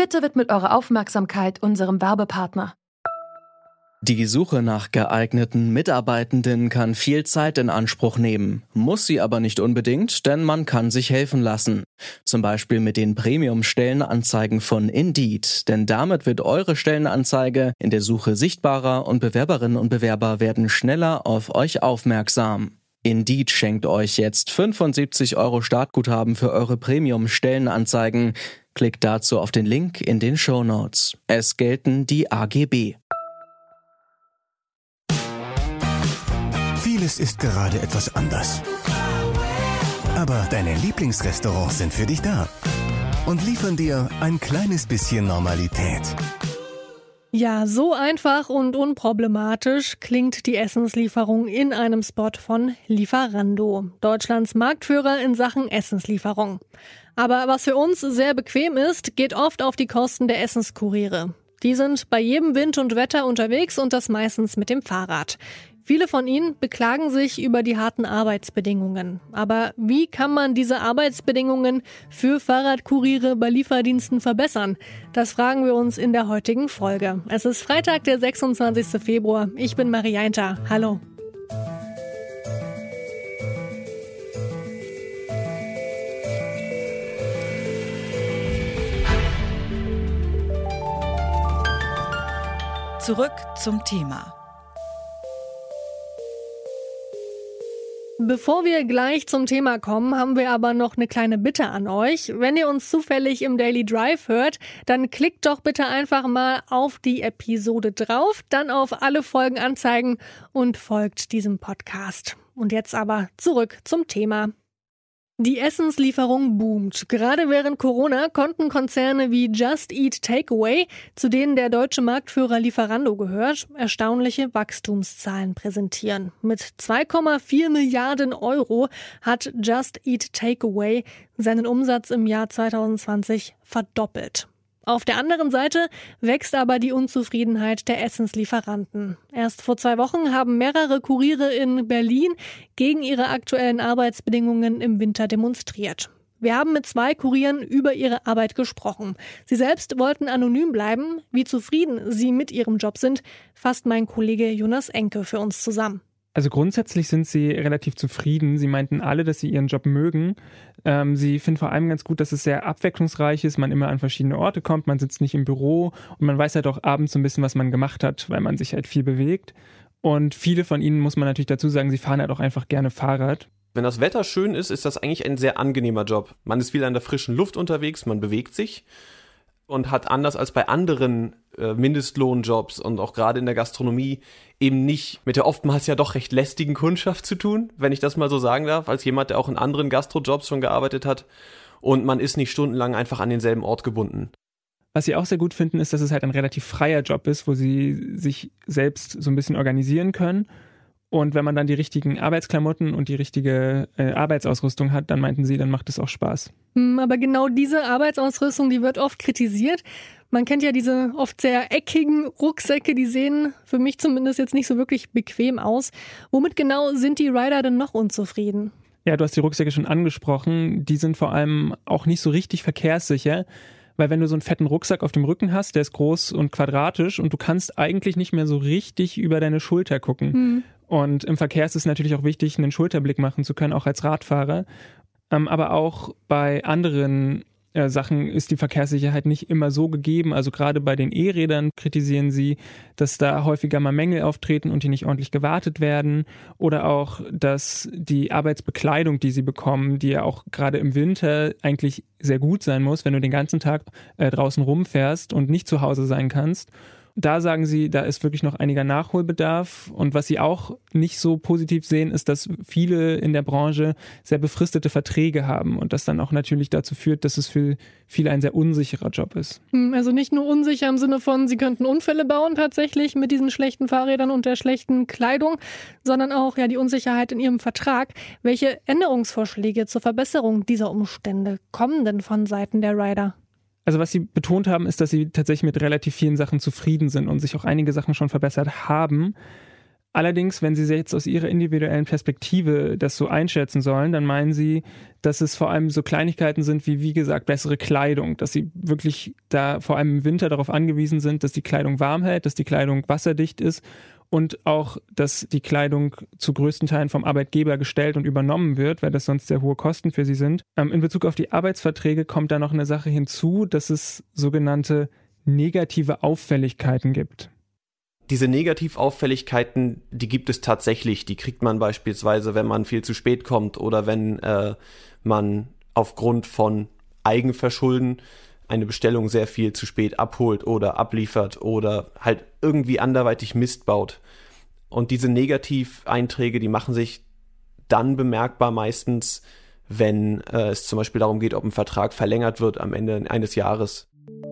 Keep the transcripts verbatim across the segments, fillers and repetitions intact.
Bitte widmet eure Aufmerksamkeit unserem Werbepartner. Die Suche nach geeigneten Mitarbeitenden kann viel Zeit in Anspruch nehmen, muss sie aber nicht unbedingt, denn man kann sich helfen lassen. Zum Beispiel mit den Premium-Stellenanzeigen von Indeed, denn damit wird eure Stellenanzeige in der Suche sichtbarer und Bewerberinnen und Bewerber werden schneller auf euch aufmerksam. Indeed schenkt euch jetzt fünfundsiebzig Euro Startguthaben für eure Premium-Stellenanzeigen. Klickt dazu auf den Link in den Shownotes. Es gelten die A G B. Vieles ist gerade etwas anders. Aber deine Lieblingsrestaurants sind für dich da und liefern dir ein kleines bisschen Normalität. Ja, so einfach und unproblematisch klingt die Essenslieferung in einem Spot von Lieferando, Deutschlands Marktführer in Sachen Essenslieferung. Aber was für uns sehr bequem ist, geht oft auf die Kosten der Essenskuriere. Die sind bei jedem Wind und Wetter unterwegs und das meistens mit dem Fahrrad. Viele von ihnen beklagen sich über die harten Arbeitsbedingungen. Aber wie kann man diese Arbeitsbedingungen für Fahrradkuriere bei Lieferdiensten verbessern? Das fragen wir uns in der heutigen Folge. Es ist Freitag, der sechsundzwanzigster Februar. Ich bin Marianta. Hallo. Zurück zum Thema. Bevor wir gleich zum Thema kommen, haben wir aber noch eine kleine Bitte an euch. Wenn ihr uns zufällig im Daily Drive hört, dann klickt doch bitte einfach mal auf die Episode drauf, dann auf alle Folgen anzeigen und folgt diesem Podcast. Und jetzt aber zurück zum Thema. Die Essenslieferung boomt. Gerade während Corona konnten Konzerne wie Just Eat Takeaway, zu denen der deutsche Marktführer Lieferando gehört, erstaunliche Wachstumszahlen präsentieren. Mit zwei Komma vier Milliarden Euro hat Just Eat Takeaway seinen Umsatz im Jahr zwanzig zwanzig verdoppelt. Auf der anderen Seite wächst aber die Unzufriedenheit der Essenslieferanten. Erst vor zwei Wochen haben mehrere Kuriere in Berlin gegen ihre aktuellen Arbeitsbedingungen im Winter demonstriert. Wir haben mit zwei Kurieren über ihre Arbeit gesprochen. Sie selbst wollten anonym bleiben. Wie zufrieden sie mit ihrem Job sind, fasst mein Kollege Jonas Enke für uns zusammen. Also grundsätzlich sind sie relativ zufrieden. Sie meinten alle, dass sie ihren Job mögen. Ähm, sie finden vor allem ganz gut, dass es sehr abwechslungsreich ist, man immer an verschiedene Orte kommt, man sitzt nicht im Büro und man weiß halt auch abends so ein bisschen, was man gemacht hat, weil man sich halt viel bewegt. Und viele von ihnen, muss man natürlich dazu sagen, sie fahren halt auch einfach gerne Fahrrad. Wenn das Wetter schön ist, ist das eigentlich ein sehr angenehmer Job. Man ist viel an der frischen Luft unterwegs, man bewegt sich und hat anders als bei anderen äh, Mindestlohnjobs und auch gerade in der Gastronomie eben nicht mit der oftmals ja doch recht lästigen Kundschaft zu tun, wenn ich das mal so sagen darf, als jemand, der auch in anderen Gastrojobs schon gearbeitet hat, und man ist nicht stundenlang einfach an denselben Ort gebunden. Was sie auch sehr gut finden, ist, dass es halt ein relativ freier Job ist, wo sie sich selbst so ein bisschen organisieren können. Und wenn man dann die richtigen Arbeitsklamotten und die richtige äh, Arbeitsausrüstung hat, dann meinten sie, dann macht es auch Spaß. Aber genau diese Arbeitsausrüstung, die wird oft kritisiert. Man kennt ja diese oft sehr eckigen Rucksäcke, die sehen für mich zumindest jetzt nicht so wirklich bequem aus. Womit genau sind die Rider denn noch unzufrieden? Ja, du hast die Rucksäcke schon angesprochen. Die sind vor allem auch nicht so richtig verkehrssicher. Weil wenn du so einen fetten Rucksack auf dem Rücken hast, der ist groß und quadratisch und du kannst eigentlich nicht mehr so richtig über deine Schulter gucken. Hm. Und im Verkehr ist es natürlich auch wichtig, einen Schulterblick machen zu können, auch als Radfahrer. Ähm, aber auch bei anderen äh, Sachen ist die Verkehrssicherheit nicht immer so gegeben. Also gerade bei den E-Rädern kritisieren sie, dass da häufiger mal Mängel auftreten und die nicht ordentlich gewartet werden. Oder auch, dass die Arbeitsbekleidung, die sie bekommen, die ja auch gerade im Winter eigentlich sehr gut sein muss, wenn du den ganzen Tag äh, draußen rumfährst und nicht zu Hause sein kannst. Da sagen sie, da ist wirklich noch einiger Nachholbedarf. Und was sie auch nicht so positiv sehen, ist, dass viele in der Branche sehr befristete Verträge haben und das dann auch natürlich dazu führt, dass es für viele ein sehr unsicherer Job ist. Also nicht nur unsicher im Sinne von, sie könnten Unfälle bauen tatsächlich mit diesen schlechten Fahrrädern und der schlechten Kleidung, sondern auch ja die Unsicherheit in ihrem Vertrag. Welche Änderungsvorschläge zur Verbesserung dieser Umstände kommen denn von Seiten der Rider? Also was sie betont haben, ist, dass sie tatsächlich mit relativ vielen Sachen zufrieden sind und sich auch einige Sachen schon verbessert haben. Allerdings, wenn Sie jetzt aus Ihrer individuellen Perspektive das so einschätzen sollen, dann meinen Sie, dass es vor allem so Kleinigkeiten sind wie, wie gesagt, bessere Kleidung, dass Sie wirklich da vor allem im Winter darauf angewiesen sind, dass die Kleidung warm hält, dass die Kleidung wasserdicht ist und auch, dass die Kleidung zu größten Teilen vom Arbeitgeber gestellt und übernommen wird, weil das sonst sehr hohe Kosten für sie sind. Ähm, in Bezug auf die Arbeitsverträge kommt da noch eine Sache hinzu, dass es sogenannte negative Auffälligkeiten gibt. Diese Negativauffälligkeiten, die gibt es tatsächlich. Die kriegt man beispielsweise, wenn man viel zu spät kommt oder wenn äh, man aufgrund von Eigenverschulden eine Bestellung sehr viel zu spät abholt oder abliefert oder halt irgendwie anderweitig Mist baut. Und diese Negativeinträge, die machen sich dann bemerkbar meistens, wenn äh, es zum Beispiel darum geht, ob ein Vertrag verlängert wird am Ende eines Jahres.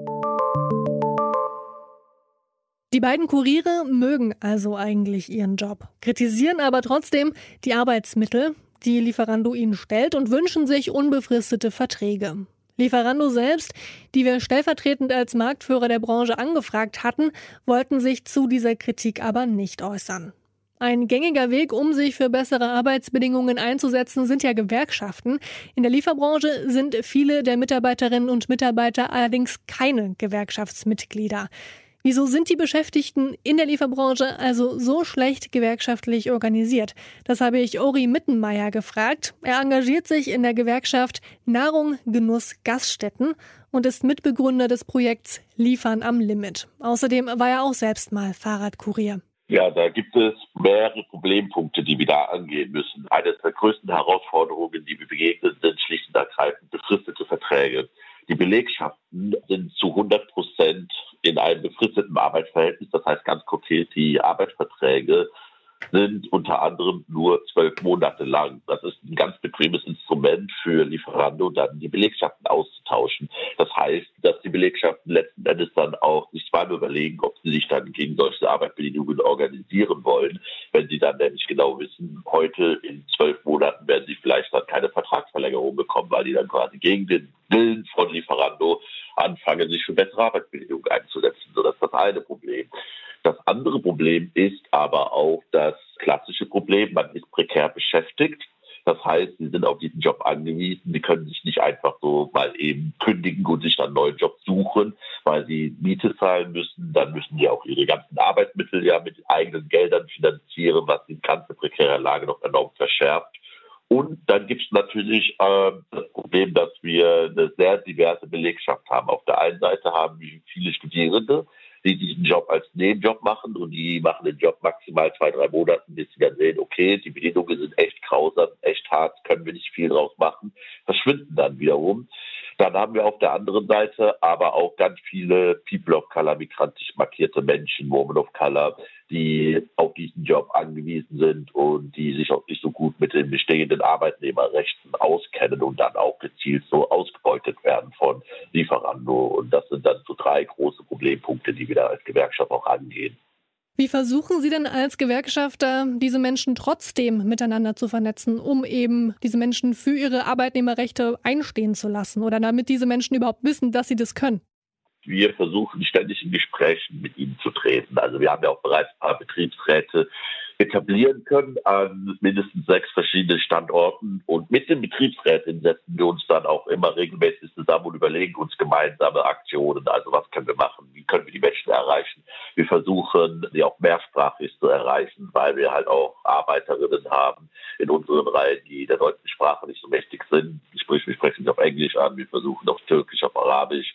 Die beiden Kuriere mögen also eigentlich ihren Job, kritisieren aber trotzdem die Arbeitsmittel, die Lieferando ihnen stellt und wünschen sich unbefristete Verträge. Lieferando selbst, die wir stellvertretend als Marktführer der Branche angefragt hatten, wollten sich zu dieser Kritik aber nicht äußern. Ein gängiger Weg, um sich für bessere Arbeitsbedingungen einzusetzen, sind ja Gewerkschaften. In der Lieferbranche sind viele der Mitarbeiterinnen und Mitarbeiter allerdings keine Gewerkschaftsmitglieder. Wieso sind die Beschäftigten in der Lieferbranche also so schlecht gewerkschaftlich organisiert? Das habe ich Ori Mittenmeier gefragt. Er engagiert sich in der Gewerkschaft Nahrung, Genuss, Gaststätten und ist Mitbegründer des Projekts Liefern am Limit. Außerdem war er auch selbst mal Fahrradkurier. Ja, da gibt es mehrere Problempunkte, die wir da angehen müssen. Eine der größten Herausforderungen, die wir begegnen, sind schlicht und ergreifend befristete Verträge. Die Belegschaften sind zu hundert Prozent in einem befristeten Arbeitsverhältnis. Das heißt ganz konkret, die Arbeitsverträge sind unter anderem nur zwölf Monate lang. Das ist ein ganz bequemes Instrument für Lieferando, dann die Belegschaften auszutauschen. Das heißt, dass die Belegschaften letzten Endes dann auch sich zweimal überlegen, ob sie sich dann gegen solche Arbeitsbedingungen organisieren wollen, wenn sie dann nämlich genau wissen, heute in zwölf Monaten werden sie vielleicht dann keine Vertragsverlängerung bekommen, weil die dann quasi gegen den Willen von Lieferando anfangen, sich für bessere Arbeitsbedingungen einzusetzen. So, das ist das eine Problem. Das andere Problem ist aber auch das klassische Problem, man ist prekär beschäftigt. Das heißt, sie sind auf diesen Job angewiesen, sie können sich nicht einfach so mal eben kündigen und sich dann einen neuen Job suchen, weil sie Miete zahlen müssen. Dann müssen die auch ihre ganzen Arbeitsmittel ja mit eigenen Geldern finanzieren, was die ganze prekäre Lage noch enorm verschärft. Und dann gibt es natürlich äh, das Problem, dass wir eine sehr diverse Belegschaft haben. Auf der einen Seite haben wir viele Studierende, die diesen Job als Nebenjob machen und die machen den Job maximal zwei, drei Monate, bis sie dann sehen, okay, die Bedingungen sind echt grausam, echt hart, können wir nicht viel draus machen, verschwinden dann wiederum. Dann haben wir auf der anderen Seite aber auch ganz viele People of Color, migrantisch markierte Menschen, Women of Color, die auf diesen Job angewiesen sind und die sich auch nicht so gut mit den bestehenden Arbeitnehmerrechten auskennen und dann auch gezielt so ausgebeutet werden von Lieferando. Und das sind dann so drei große Problempunkte, die wir da als Gewerkschaft auch angehen. Wie versuchen Sie denn als Gewerkschafter, diese Menschen trotzdem miteinander zu vernetzen, um eben diese Menschen für ihre Arbeitnehmerrechte einstehen zu lassen oder damit diese Menschen überhaupt wissen, dass sie das können? Wir versuchen ständig in Gesprächen mit ihnen zu treten. Also wir haben ja auch bereits ein paar Betriebsräte etablieren können an mindestens sechs verschiedenen Standorten. Und mit den Betriebsräten setzen wir uns dann auch immer regelmäßig zusammen und überlegen uns gemeinsame Aktionen. Also was können wir machen? Wie können wir die Menschen erreichen? Wir versuchen, sie auch mehrsprachig zu erreichen, weil wir halt auch Arbeiterinnen haben in unseren Reihen, die der deutschen Sprache nicht so mächtig sind. Sprich, wir sprechen sie auf Englisch an, wir versuchen auf Türkisch, auf Arabisch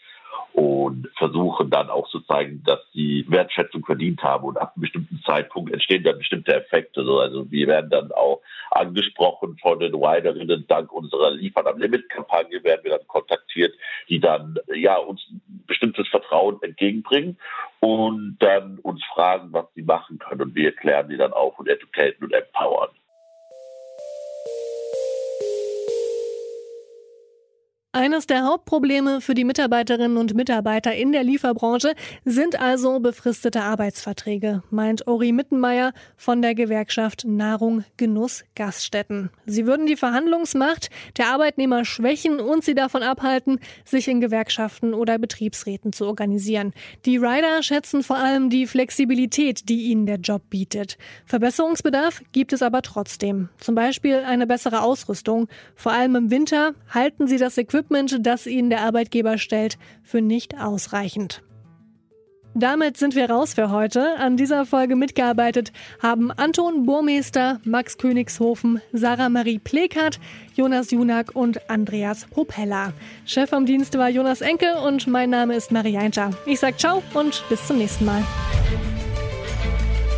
und versuchen dann auch zu zeigen, dass sie Wertschätzung verdient haben. Und ab einem bestimmten Zeitpunkt entstehen dann bestimmte Effekte. Also wir werden dann auch angesprochen von den Riderinnen. Dank unserer Liefern am Limit-Kampagne werden wir dann kontaktiert, die dann ja uns ein bestimmtes Vertrauen entgegenbringen und dann uns fragen, was sie machen können. Und wir erklären die dann auf und educaten und empowern. Eines der Hauptprobleme für die Mitarbeiterinnen und Mitarbeiter in der Lieferbranche sind also befristete Arbeitsverträge, meint Ori Mittenmeier von der Gewerkschaft Nahrung, Genuss, Gaststätten. Sie würden die Verhandlungsmacht der Arbeitnehmer schwächen und sie davon abhalten, sich in Gewerkschaften oder Betriebsräten zu organisieren. Die Rider schätzen vor allem die Flexibilität, die ihnen der Job bietet. Verbesserungsbedarf gibt es aber trotzdem. Zum Beispiel eine bessere Ausrüstung. Vor allem im Winter halten sie das Equipment, das ihnen der Arbeitgeber stellt, für nicht ausreichend. Damit sind wir raus für heute. An dieser Folge mitgearbeitet haben Anton Burmester, Max Königshofen, Sarah Marie Plekert, Jonas Junak und Andreas Hopeller. Chef am Dienst war Jonas Enke und mein Name ist Marie Einter. Ich sag ciao und bis zum nächsten Mal.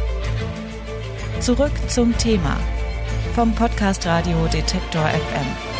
Zurück zum Thema vom Podcast Radio Detektor F M.